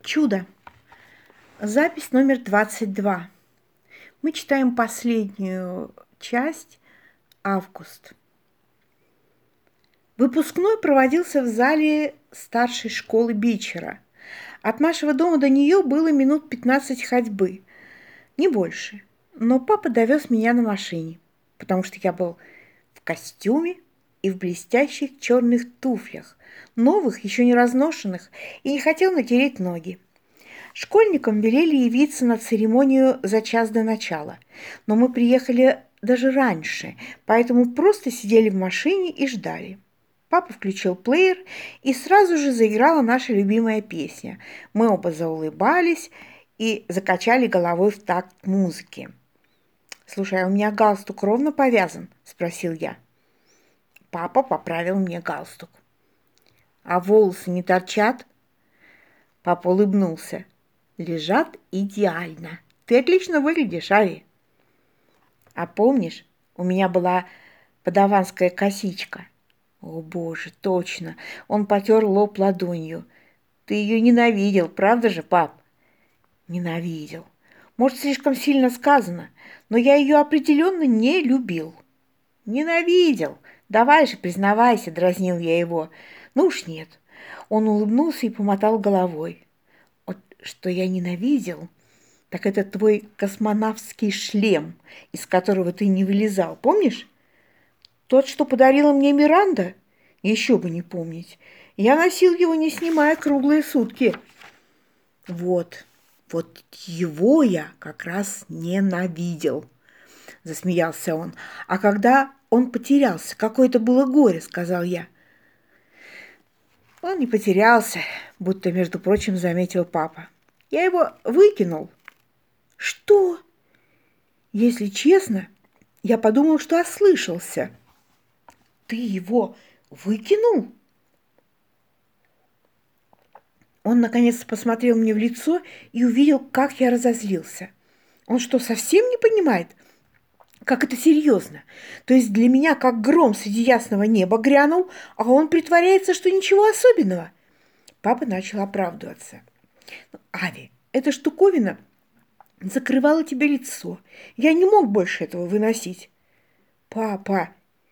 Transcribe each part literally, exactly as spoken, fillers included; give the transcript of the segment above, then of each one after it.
Чудо. Запись номер двадцать два. Мы читаем последнюю часть «Август». Выпускной проводился в зале старшей школы Бичера. От нашего дома до нее было минут пятнадцать ходьбы, не больше. Но папа довез меня на машине, потому что я был в костюме и в блестящих черных туфлях, новых, еще не разношенных, и не хотел натереть ноги. Школьникам велели явиться на церемонию за час до начала, но мы приехали даже раньше, поэтому просто сидели в машине и ждали. Папа включил плеер, и сразу же заиграла наша любимая песня. Мы оба заулыбались и закачали головой в такт музыки. «Слушай, а у меня галстук ровно повязан?» – спросил я. Папа поправил мне галстук. «А волосы не торчат?» Папа улыбнулся. «Лежат идеально. Ты отлично выглядишь, Ави». «А помнишь, у меня была подаванская косичка?» «О, боже, точно!» Он потер лоб ладонью. «Ты ее ненавидел, правда же, пап?» «Ненавидел. Может, слишком сильно сказано, но я ее определенно не любил». «Ненавидел. Давай же, признавайся», — дразнил я его. «Ну уж нет». Он улыбнулся и помотал головой. «Вот что я ненавидел, так это твой космонавтский шлем, из которого ты не вылезал, помнишь? Тот, что подарила мне Миранда? Еще бы не помнить. Я носил его, не снимая, круглые сутки». «Вот, вот его я как раз ненавидел», — засмеялся он. «А когда он потерялся, какое-то было горе», — сказал я. «Он не потерялся», — будто, между прочим, заметил папа. «Я его выкинул». «Что?» «Если честно, я подумал, что ослышался». «Ты его выкинул?» Он наконец-то посмотрел мне в лицо и увидел, как я разозлился. Он что, совсем не понимает, как это серьезно? То есть для меня как гром среди ясного неба грянул, а он притворяется, что ничего особенного. Папа начал оправдываться. «Ави, эта штуковина закрывала тебе лицо. Я не мог больше этого выносить». «Папа,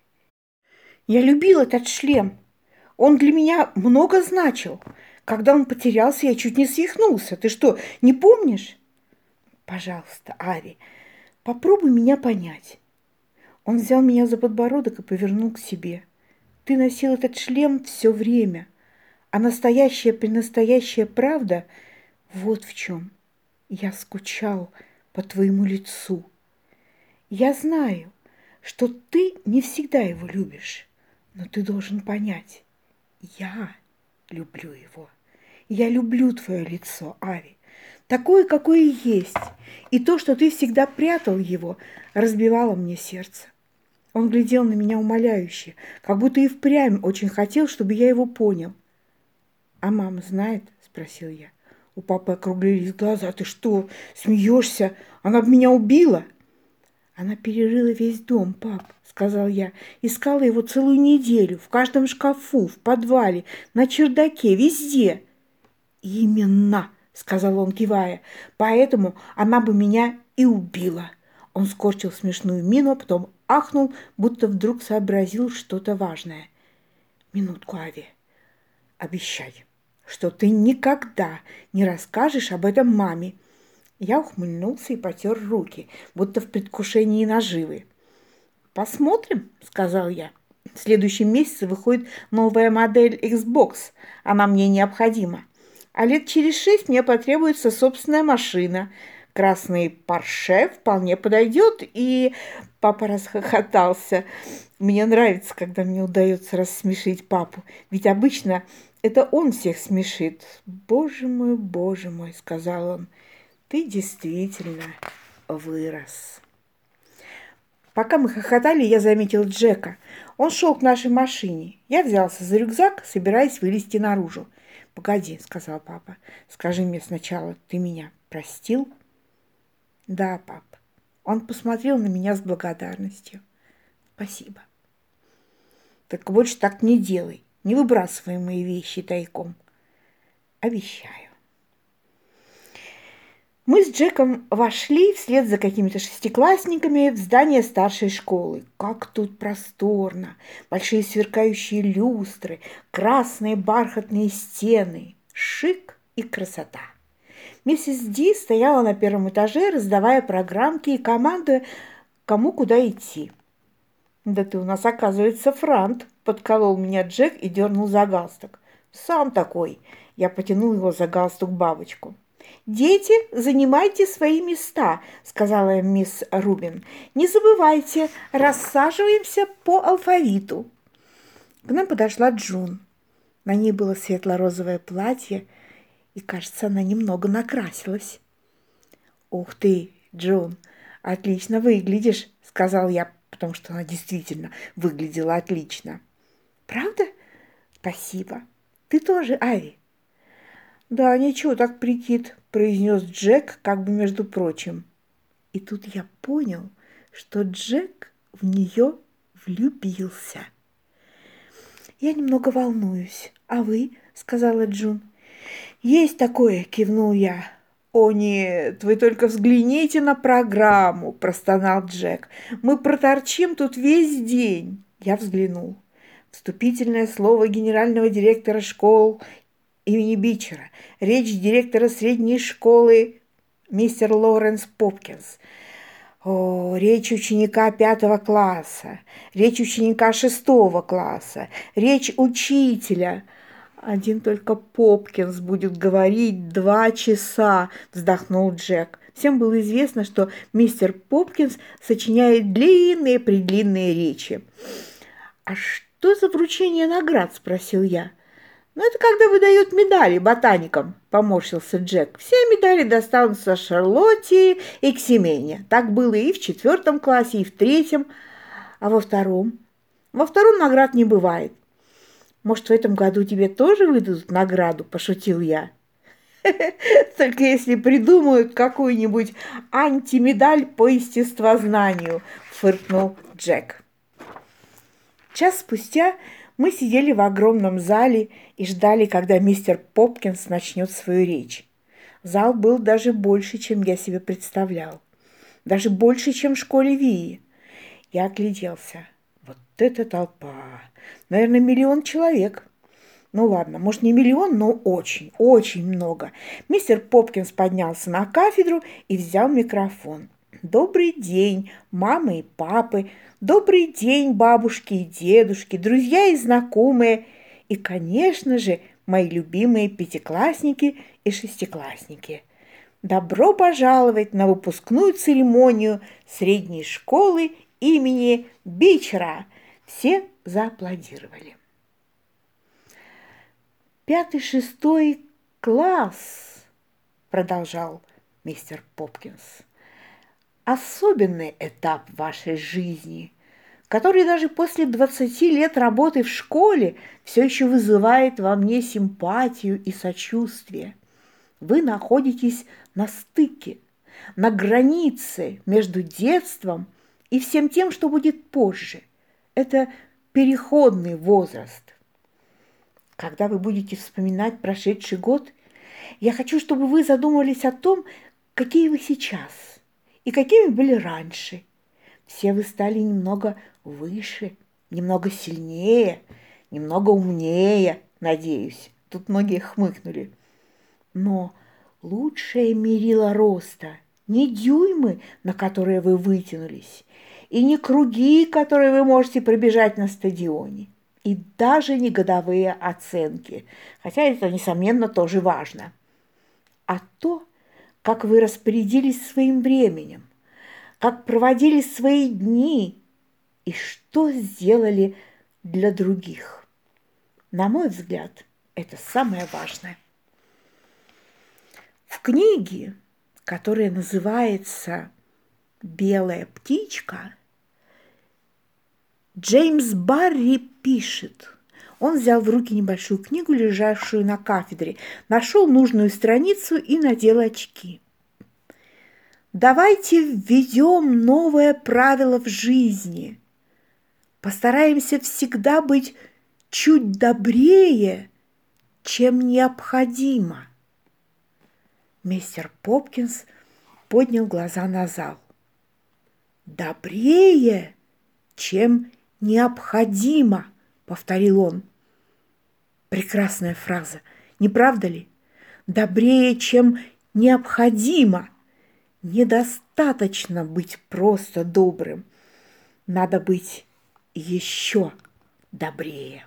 я любил этот шлем. Он для меня много значил. Когда он потерялся, я чуть не свихнулся. Ты что, не помнишь?» «Пожалуйста, Ави, попробуй меня понять». Он взял меня за подбородок и повернул к себе. «Ты носил этот шлем все время, а настоящая-пренастоящая правда вот в чем. Я скучал по твоему лицу. Я знаю, что ты не всегда его любишь, но ты должен понять, я люблю его. Я люблю твое лицо, Ави, такое, какое есть, и то, что ты всегда прятал его, разбивало мне сердце». Он глядел на меня умоляюще, как будто и впрямь очень хотел, чтобы я его понял. «А мама знает?» – спросил я. У папы округлились глаза. «Ты что, смеешься? Она бы меня убила!» «Она перерыла весь дом, пап», – сказал я. «Искала его целую неделю, в каждом шкафу, в подвале, на чердаке, везде». «Именно», – сказал он, кивая, – «поэтому она бы меня и убила». Он скорчил смешную мину, а потом ахнул, будто вдруг сообразил что-то важное. «Минутку, Ави, обещай, что ты никогда не расскажешь об этом маме». Я ухмыльнулся и потер руки, будто в предвкушении наживы. «Посмотрим», — сказал я. «В следующем месяце выходит новая модель Xbox. Она мне необходима. А лет через шесть мне потребуется собственная машина. Красный Порше вполне подойдет». И папа расхохотался. Мне нравится, когда мне удается рассмешить папу, ведь обычно это он всех смешит. «Боже мой, боже мой», — сказал он, — «ты действительно вырос». Пока мы хохотали, я заметил Джека. Он шел к нашей машине. Я взялся за рюкзак, собираясь вылезти наружу. «Погоди», — сказал папа, — «скажи мне сначала, ты меня простил?» «Да, пап». Он посмотрел на меня с благодарностью. «Спасибо». «Так больше так не делай. Не выбрасывай мои вещи тайком». «Обещаю». Мы с Джеком вошли вслед за какими-то шестиклассниками в здание старшей школы. Как тут просторно! Большие сверкающие люстры, красные бархатные стены, шик и красота. Миссис Ди стояла на первом этаже, раздавая программки и командуя, кому куда идти. «Да ты у нас, оказывается, франт!» – подколол меня Джек и дернул за галстук. «Сам такой!» – я потянул его за галстук бабочку. «Дети, занимайте свои места», – сказала мисс Рубин. «Не забывайте, рассаживаемся по алфавиту». К нам подошла Джун. На ней было светло-розовое платье, и, кажется, она немного накрасилась. «Ух ты, Джун, отлично выглядишь», – сказал я, потому что она действительно выглядела отлично. «Правда? Спасибо. Ты тоже, Ави?» «Да, ничего так прикид», – произнес Джек, как бы между прочим. И тут я понял, что Джек в нее влюбился. «Я немного волнуюсь. А вы?» – сказала Джун. «Есть такое», – кивнул я. «О нет, вы только взгляните на программу», – простонал Джек. «Мы проторчим тут весь день». Я взглянул. Вступительное слово генерального директора школ имени Бичера, речь директора средней школы мистер Лоуренс Попкинс, О, речь ученика пятого класса, речь ученика шестого класса, речь учителя. «Один только Попкинс будет говорить два часа», – вздохнул Джек. Всем было известно, что мистер Попкинс сочиняет длинные-предлинные речи. «А что за вручение наград?» – спросил я. «Ну, это когда выдают медали ботаникам», – поморщился Джек. «Все медали достанутся Шарлотте и Ксимене. Так было и в четвертом классе, и в третьем. А во втором? Во втором наград не бывает». «Может, в этом году тебе тоже выдадут награду?» – пошутил я. «Только если придумают какую-нибудь антимедаль по естествознанию», – фыркнул Джек. Час спустя мы сидели в огромном зале и ждали, когда мистер Попкинс начнет свою речь. Зал был даже больше, чем я себе представлял. Даже больше, чем в школе Вии. Я огляделся. Вот это толпа! Наверное, миллион человек. Ну ладно, может, не миллион, но очень, очень много. Мистер Попкинс поднялся на кафедру и взял микрофон. «Добрый день, мамы и папы! Добрый день, бабушки и дедушки, друзья и знакомые! И, конечно же, мои любимые пятиклассники и шестиклассники! Добро пожаловать на выпускную церемонию средней школы имени Бичера!» Все зааплодировали. «Пятый-шестой класс», – продолжал мистер Попкинс, – «особенный этап вашей жизни, который даже после двадцати лет работы в школе все еще вызывает во мне симпатию и сочувствие. Вы находитесь на стыке, на границе между детством и всем тем, что будет позже. Это переходный возраст. Когда вы будете вспоминать прошедший год, я хочу, чтобы вы задумались о том, какие вы сейчас и какими были раньше. Все вы стали немного выше, немного сильнее, немного умнее, надеюсь. Тут многие хмыкнули. Но лучшее мерило роста не дюймы, на которые вы вытянулись, и не круги, которые вы можете пробежать на стадионе, и даже не годовые оценки, хотя это, несомненно, тоже важно, а то, как вы распорядились своим временем, как проводили свои дни и что сделали для других. На мой взгляд, это самое важное. В книге, которая называется «Белая птичка», Джеймс Барри пишет. Он взял в руки небольшую книгу, лежавшую на кафедре, нашел нужную страницу и надел очки. «Давайте введем новое правило в жизни. Постараемся всегда быть чуть добрее, чем необходимо». Мистер Попкинс поднял глаза на зал. «Добрее, чем необходимо», — повторил он. Прекрасная фраза, не правда ли? Добрее, чем необходимо. Недостаточно быть просто добрым. Надо быть еще добрее.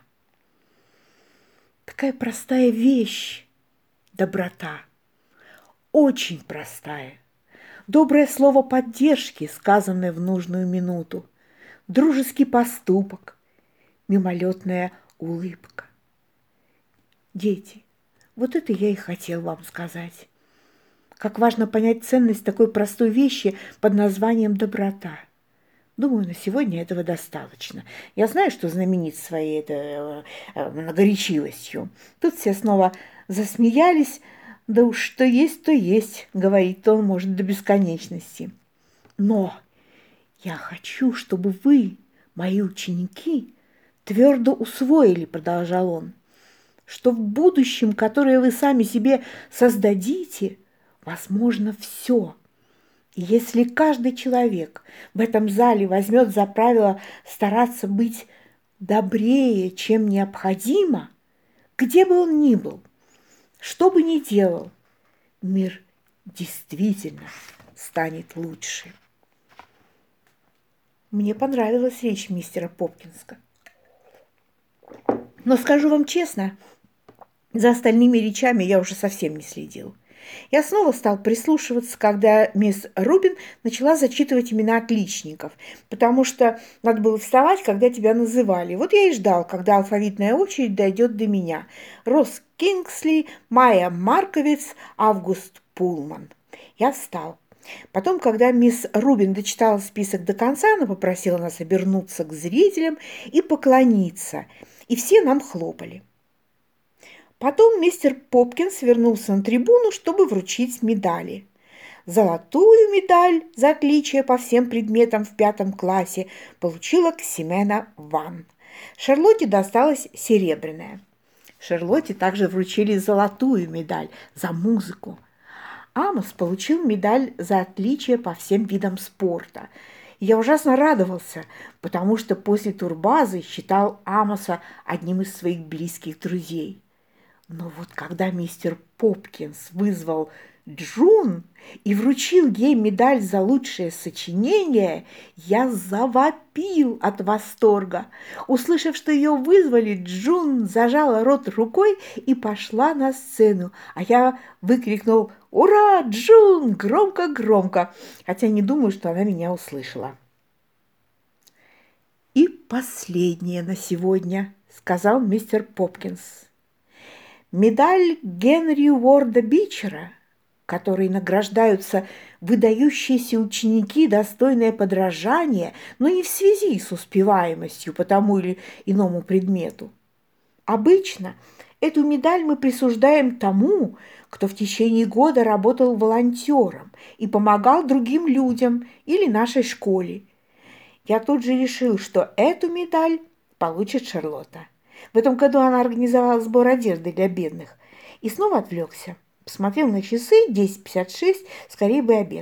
Какая простая вещь – доброта. Очень простая. Доброе слово поддержки, сказанное в нужную минуту. Дружеский поступок, мимолетная улыбка. Дети, вот это я и хотел вам сказать. Как важно понять ценность такой простой вещи под названием доброта. Думаю, на сегодня этого достаточно. Я знаю, что знаменит своей это, э, многоречивостью. Тут все снова засмеялись. Да уж что есть, то есть, говорит он, может, до бесконечности. Но я хочу, чтобы вы, мои ученики, твердо усвоили, продолжал он, что в будущем, которое вы сами себе создадите, возможно все. И если каждый человек в этом зале возьмет за правило стараться быть добрее, чем необходимо, где бы он ни был, что бы ни делал, мир действительно станет лучше. Мне понравилась речь мистера Попкинса. Но скажу вам честно, за остальными речами я уже совсем не следил. Я снова стал прислушиваться, когда мисс Рубин начала зачитывать имена отличников, потому что надо было вставать, когда тебя называли. Вот я и ждал, когда алфавитная очередь дойдет до меня. Росс Кингсли, Майя Марковиц, Август Пулман. Я встал. Потом, когда мисс Рубин дочитала список до конца, она попросила нас обернуться к зрителям и поклониться, и все нам хлопали. Потом мистер Попкинс вернулся на трибуну, чтобы вручить медали. Золотую медаль за отличие по всем предметам в пятом классе получила Ксимена Ван. Шарлотте досталась серебряная. Шарлотте также вручили золотую медаль за музыку. Амос получил медаль за отличие по всем видам спорта. И я ужасно радовался, потому что после турбазы считал Амоса одним из своих близких друзей. Но вот когда мистер Попкинс вызвал Джун и вручил ей медаль за лучшее сочинение, я завопил от восторга. Услышав, что ее вызвали, Джун зажала рот рукой и пошла на сцену, а я выкрикнул «Ура, Джун!» громко-громко, хотя не думаю, что она меня услышала. «И последнее на сегодня», — сказал мистер Попкинс. Медаль Генри Уорда Бичера, которой награждаются выдающиеся ученики, достойное подражание, но не в связи с успеваемостью по тому или иному предмету. Обычно эту медаль мы присуждаем тому, кто в течение года работал волонтером и помогал другим людям или нашей школе. Я тут же решил, что эту медаль получит Шарлотта. В этом году она организовала сбор одежды для бедных. И снова отвлекся. Посмотрел на часы, десять пятьдесят шесть, скорее бы обед.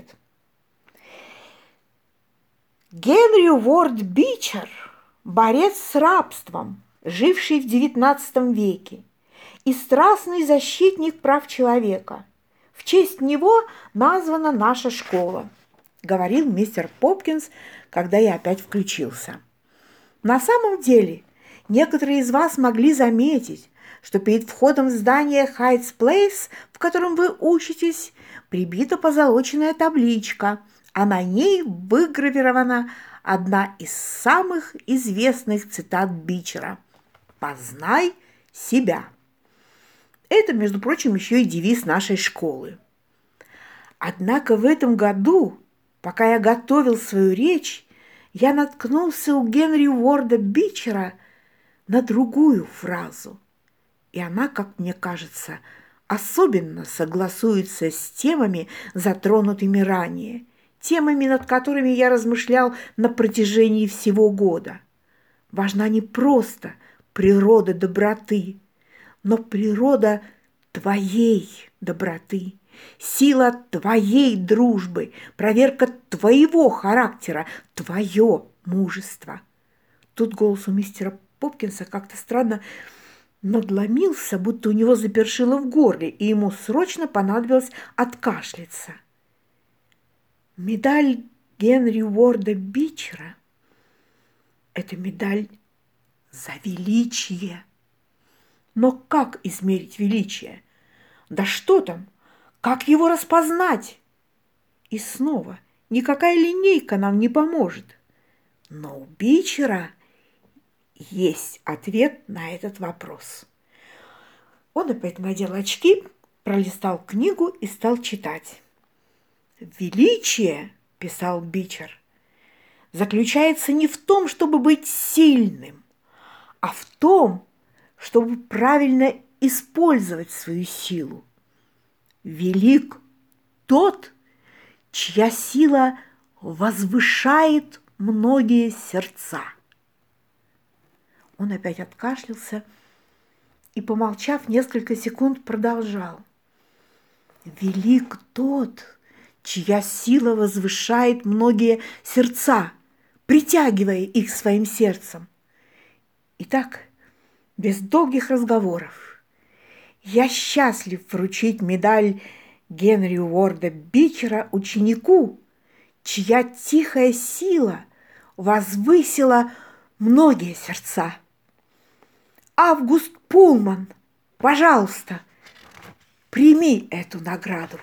Генри Уорд Бичер, борец с рабством, живший в девятнадцатом веке, и страстный защитник прав человека. В честь него названа наша школа, говорил мистер Попкинс, когда я опять включился. На самом деле, некоторые из вас могли заметить, что перед входом в здание Хайтс Плейс, в котором вы учитесь, прибита позолоченная табличка, а на ней выгравирована одна из самых известных цитат Бичера «Познай себя». Это, между прочим, еще и девиз нашей школы. Однако в этом году, пока я готовил свою речь, я наткнулся у Генри Уорда Бичера на другую фразу. И она, как мне кажется, особенно согласуется с темами, затронутыми ранее, темами, над которыми я размышлял на протяжении всего года. Важна не просто природа доброты, но природа твоей доброты, сила твоей дружбы, проверка твоего характера, твое мужество. Тут голос у мистера Попкинса как-то странно надломился, будто у него запершило в горле, и ему срочно понадобилось откашляться. Медаль Генри Уорда Бичера – это медаль за величие. Но как измерить величие? Да что там? Как его распознать? И снова, никакая линейка нам не поможет. Но у Бичера есть ответ на этот вопрос. Он опять надел очки, пролистал книгу и стал читать. «Величие, – писал Бичер, – заключается не в том, чтобы быть сильным, а в том, чтобы правильно использовать свою силу. Велик тот, чья сила возвышает многие сердца». Он опять откашлялся и, помолчав несколько секунд, продолжал. «Велик тот, чья сила возвышает многие сердца, притягивая их своим сердцем. Итак, без долгих разговоров, я счастлив вручить медаль Генри Уорда Бичера ученику, чья тихая сила возвысила многие сердца. Август Пулман, пожалуйста, прими эту награду».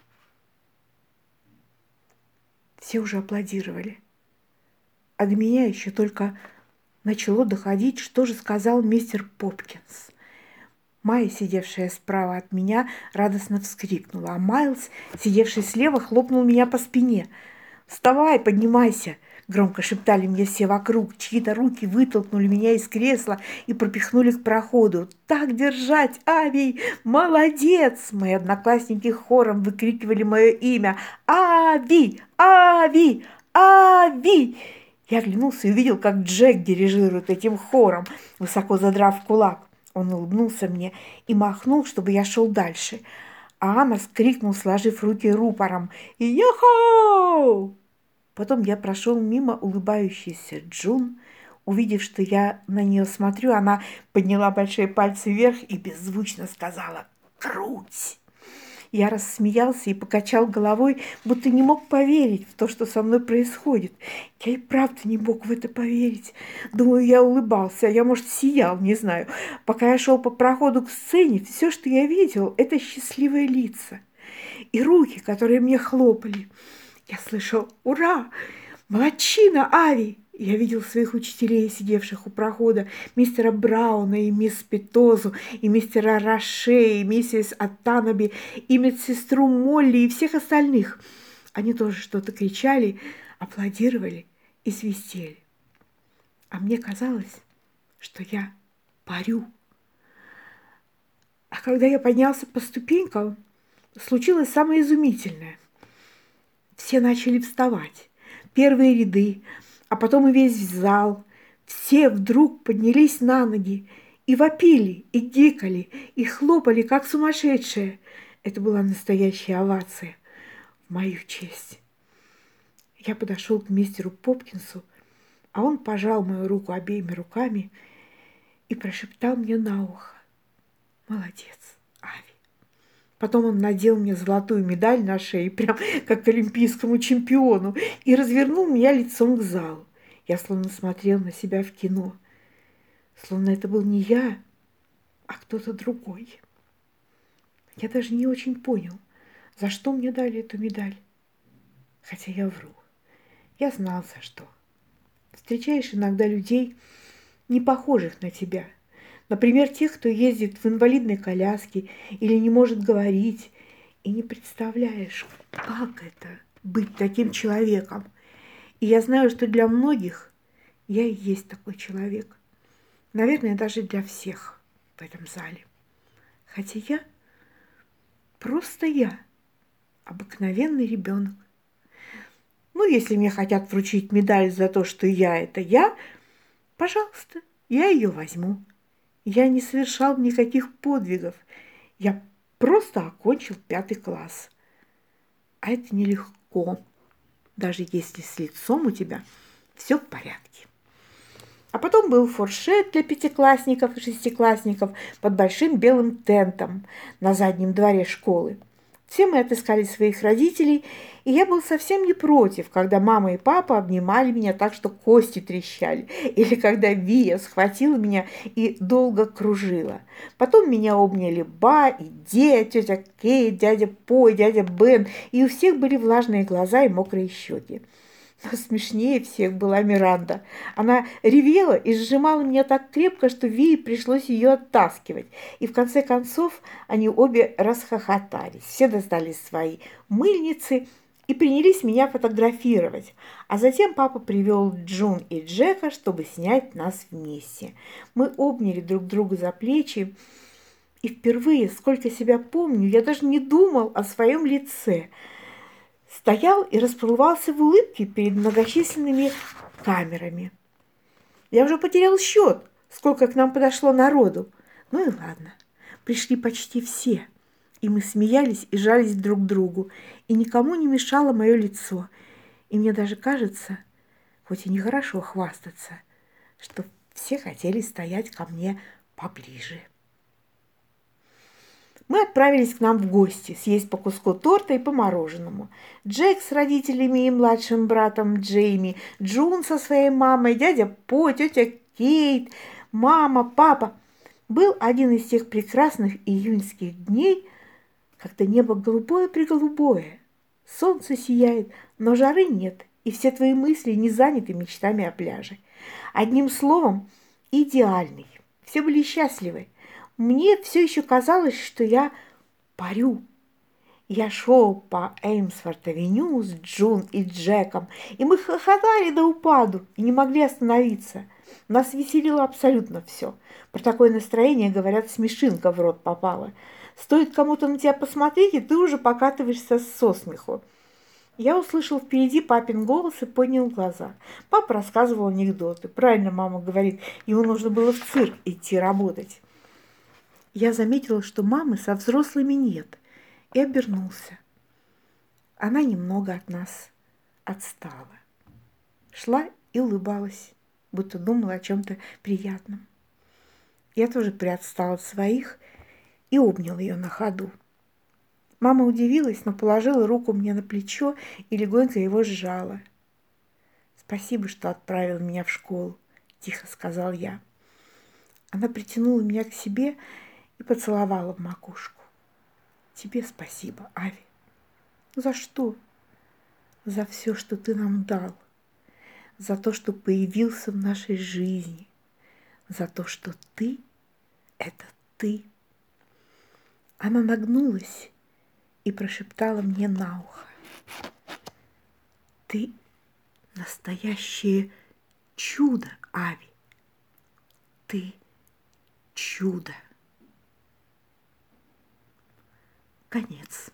Все уже аплодировали, а до меня еще только начало доходить, что же сказал мистер Попкинс. Майя, сидевшая справа от меня, радостно вскрикнула, а Майлз, сидевший слева, хлопнул меня по спине. «Вставай, поднимайся!» – громко шептали мне все вокруг. Чьи-то руки вытолкнули меня из кресла и пропихнули к проходу. «Так держать, Ави! Молодец!» Мои одноклассники хором выкрикивали мое имя. «Ави! Ави! Ави!» Я оглянулся и увидел, как Джек дирижирует этим хором, высоко задрав кулак. Он улыбнулся мне и махнул, чтобы я шел дальше. А Амос крикнул, сложив руки рупором: «Йо-хо!» Потом я прошел мимо улыбающейся Джун. Увидев, что я на нее смотрю, она подняла большие пальцы вверх и беззвучно сказала: «Круть!» Я рассмеялся и покачал головой, будто не мог поверить в то, что со мной происходит. Я и правда не мог в это поверить. Думаю, я улыбался, а я, может, сиял, не знаю. Пока я шел по проходу к сцене, все, что я видел, это счастливые лица и руки, которые мне хлопали. Я слышал: «Ура! Молодчина, Ави!» Я видел своих учителей, сидевших у прохода, мистера Брауна и мисс Питозу, и мистера Роше, и миссис Аттанаби, и медсестру Молли, и всех остальных. Они тоже что-то кричали, аплодировали и свистели. А мне казалось, что я парю. А когда я поднялся по ступенькам, случилось самое изумительное. Все начали вставать. Первые ряды, а потом и весь зал. Все вдруг поднялись на ноги и вопили, и гикали, и хлопали, как сумасшедшие. Это была настоящая овация в мою честь. Я подошел к мистеру Попкинсу, а он пожал мою руку обеими руками и прошептал мне на ухо: «Молодец, Ави». Потом он надел мне золотую медаль на шею, прям как олимпийскому чемпиону, и развернул меня лицом к залу. Я словно смотрел на себя в кино, словно это был не я, а кто-то другой. Я даже не очень понял, за что мне дали эту медаль. Хотя я вру. Я знал, за что. Встречаешь иногда людей, не похожих на тебя. Например, тех, кто ездит в инвалидной коляске или не может говорить, и не представляешь, как это быть таким человеком. И я знаю, что для многих я и есть такой человек. Наверное, даже для всех в этом зале. Хотя я просто я, обыкновенный ребенок. Ну, если мне хотят вручить медаль за то, что я – это я, пожалуйста, я ее возьму. Я не совершал никаких подвигов. Я просто окончил пятый класс. А это нелегко, даже если с лицом у тебя все в порядке. А потом был фуршет для пятиклассников и шестиклассников под большим белым тентом на заднем дворе школы. Все мы отыскали своих родителей, и я был совсем не против, когда мама и папа обнимали меня так, что кости трещали, или когда Вия схватила меня и долго кружила. Потом меня обняли Ба и Де, тетя Кейт, дядя По и дядя Бен, и у всех были влажные глаза и мокрые щеки. Но смешнее всех была Миранда. Она ревела и сжимала меня так крепко, что Вии пришлось ее оттаскивать. И в конце концов они обе расхохотались. Все достали свои мыльницы и принялись меня фотографировать. А затем папа привел Джун и Джека, чтобы снять нас вместе. Мы обняли друг друга за плечи. И впервые, сколько себя помню, я даже не думал о своем лице. Стоял и расплывался в улыбке перед многочисленными камерами. Я уже потерял счет, сколько к нам подошло народу. Ну и ладно, пришли почти все, и мы смеялись и жались друг к другу, и никому не мешало мое лицо. И мне даже кажется, хоть и нехорошо хвастаться, что все хотели стоять ко мне поближе. Мы отправились к нам в гости, съесть по куску торта и по мороженому. Джек с родителями и младшим братом Джейми, Джун со своей мамой, дядя По, тетя Кейт, мама, папа. Был один из тех прекрасных июньских дней, когда небо голубое-преголубое. Солнце сияет, но жары нет, и все твои мысли не заняты мечтами о пляже. Одним словом, идеальный. Все были счастливы. Мне все еще казалось, что я парю. Я шел по Эймсворт-авеню с Джун и Джеком, и мы хохотали до упаду и не могли остановиться. Нас веселило абсолютно все. Про такое настроение, говорят, смешинка в рот попала. Стоит кому-то на тебя посмотреть, и ты уже покатываешься со смеху. Я услышал впереди папин голос и поднял глаза. Папа рассказывал анекдоты. Правильно мама говорит, ему нужно было в цирк идти работать. Я заметила, что мамы со взрослыми нет, и обернулся. Она немного от нас отстала. Шла и улыбалась, будто думала о чем-то приятном. Я тоже приотстала от своих и обнял ее на ходу. Мама удивилась, но положила руку мне на плечо и легонько его сжала. «Спасибо, что отправил меня в школу», – тихо сказал я. Она притянула меня к себе и поцеловала в макушку. «Тебе спасибо, Ави». «За что?» «За все, что ты нам дал. За то, что появился в нашей жизни. За то, что ты – это ты». Она нагнулась и прошептала мне на ухо: «Ты настоящее чудо, Ави. Ты чудо». Конец.